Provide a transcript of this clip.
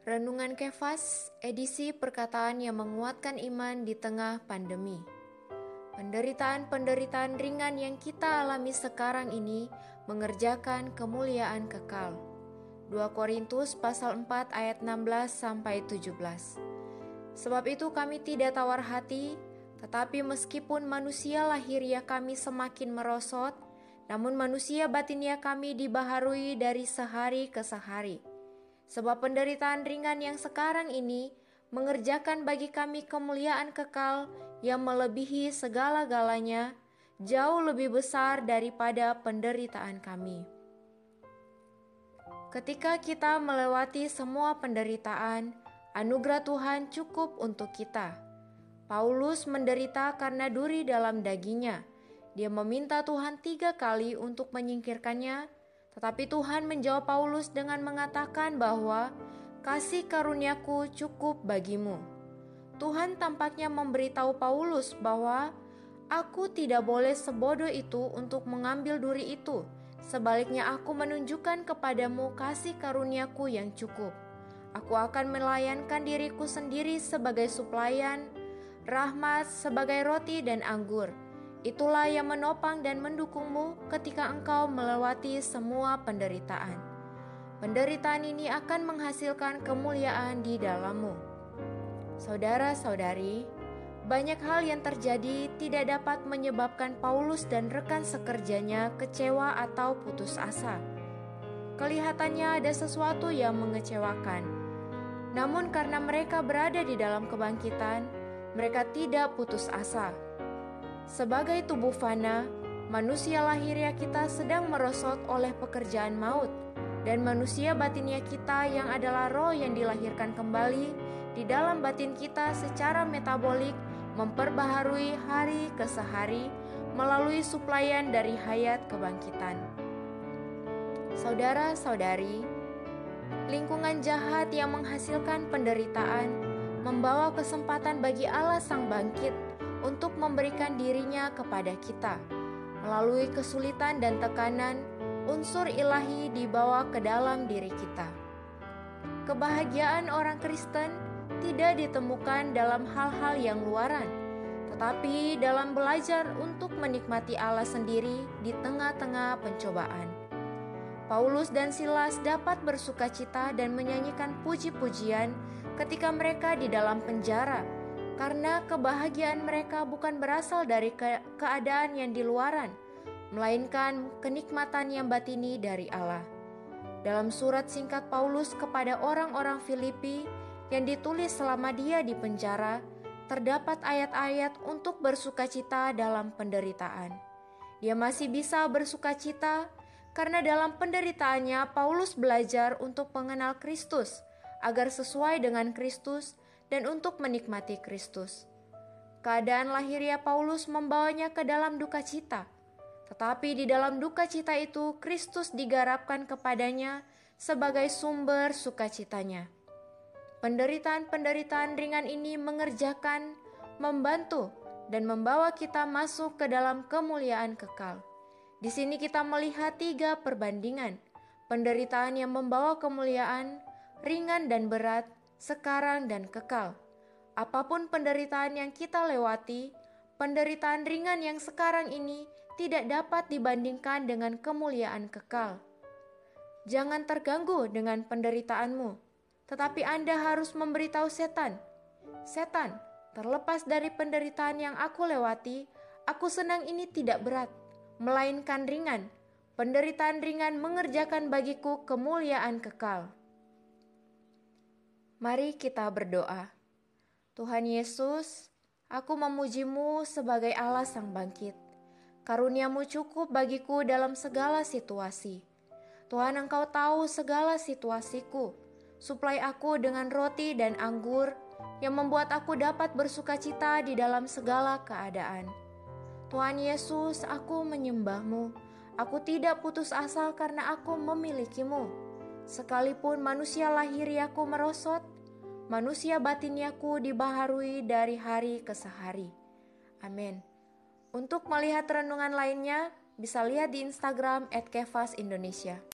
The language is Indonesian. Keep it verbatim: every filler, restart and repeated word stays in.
Renungan Kefas, edisi perkataan yang menguatkan iman di tengah pandemi. Penderitaan-penderitaan ringan yang kita alami sekarang ini mengerjakan kemuliaan kekal. dua Korintus pasal empat ayat enam belas sampai tujuh belas. Sebab itu kami tidak tawar hati, tetapi meskipun manusia lahiriah kami semakin merosot, namun manusia batiniah kami dibaharui dari sehari ke sehari. Sebab penderitaan ringan yang sekarang ini mengerjakan bagi kami kemuliaan kekal yang melebihi segala-galanya, jauh lebih besar daripada penderitaan kami. Ketika kita melewati semua penderitaan, anugerah Tuhan cukup untuk kita. Paulus menderita karena duri dalam dagingnya. Dia meminta Tuhan tiga kali untuk menyingkirkannya, tetapi Tuhan menjawab Paulus dengan mengatakan bahwa kasih karuniaku cukup bagimu. Tuhan tampaknya memberitahu Paulus bahwa aku tidak boleh sebodoh itu untuk mengambil duri itu. Sebaliknya aku menunjukkan kepadamu kasih karuniaku yang cukup. Aku akan melayankan diriku sendiri sebagai suplaian, rahmat sebagai roti dan anggur. Itulah yang menopang dan mendukungmu ketika engkau melewati semua penderitaan. Penderitaan ini akan menghasilkan kemuliaan di dalammu. Saudara-saudari, banyak hal yang terjadi tidak dapat menyebabkan Paulus dan rekan sekerjanya kecewa atau putus asa. Kelihatannya ada sesuatu yang mengecewakan. Namun karena mereka berada di dalam kebangkitan, mereka tidak putus asa. Sebagai tubuh fana, manusia lahiriah kita sedang merosot oleh pekerjaan maut, dan manusia batiniah kita yang adalah roh yang dilahirkan kembali di dalam batin kita secara metabolik memperbaharui hari ke sehari melalui suplaian dari hayat kebangkitan. Saudara-saudari, lingkungan jahat yang menghasilkan penderitaan membawa kesempatan bagi Allah Sang Bangkit untuk memberikan dirinya kepada kita. Melalui kesulitan dan tekanan, unsur ilahi dibawa ke dalam diri kita. Kebahagiaan orang Kristen tidak ditemukan dalam hal-hal yang luaran, tetapi dalam belajar untuk menikmati Allah sendiri di tengah-tengah pencobaan. Paulus dan Silas dapat bersukacita dan menyanyikan puji-pujian ketika mereka di dalam penjara, karena kebahagiaan mereka bukan berasal dari ke- keadaan yang di luaran, melainkan kenikmatan yang batini dari Allah. Dalam surat singkat Paulus kepada orang-orang Filipi yang ditulis selama dia di penjara, terdapat ayat-ayat untuk bersukacita dalam penderitaan. Dia masih bisa bersukacita karena dalam penderitaannya Paulus belajar untuk mengenal Kristus, agar sesuai dengan Kristus dan untuk menikmati Kristus. Keadaan lahiriah Paulus membawanya ke dalam duka cita, tetapi di dalam duka cita itu Kristus digarapkan kepadanya sebagai sumber sukacitanya. Penderitaan-penderitaan ringan ini mengerjakan, membantu, dan membawa kita masuk ke dalam kemuliaan kekal. Di sini kita melihat tiga perbandingan: penderitaan yang membawa kemuliaan, ringan dan berat, sekarang dan kekal. Apapun penderitaan yang kita lewati, penderitaan ringan yang sekarang ini tidak dapat dibandingkan dengan kemuliaan kekal. Jangan terganggu dengan penderitaanmu, tetapi Anda harus memberitahu setan, "Setan, terlepas dari penderitaan yang aku lewati, aku senang ini tidak berat, melainkan ringan. Penderitaan ringan mengerjakan bagiku kemuliaan kekal." Mari kita berdoa. Tuhan Yesus, aku memuji-Mu sebagai Allah Sang Bangkit. Karunia-Mu cukup bagiku dalam segala situasi. Tuhan, Engkau tahu segala situasiku. Suplai aku dengan roti dan anggur yang membuat aku dapat bersukacita di dalam segala keadaan. Tuhan Yesus, aku menyembah-Mu. Aku tidak putus asa karena aku memiliki-Mu. Sekalipun manusia lahiriaku merosot, manusia batiniaku dibaharui dari hari ke sehari. Amin. Untuk melihat renungan lainnya, bisa lihat di Instagram et kefas indonesia.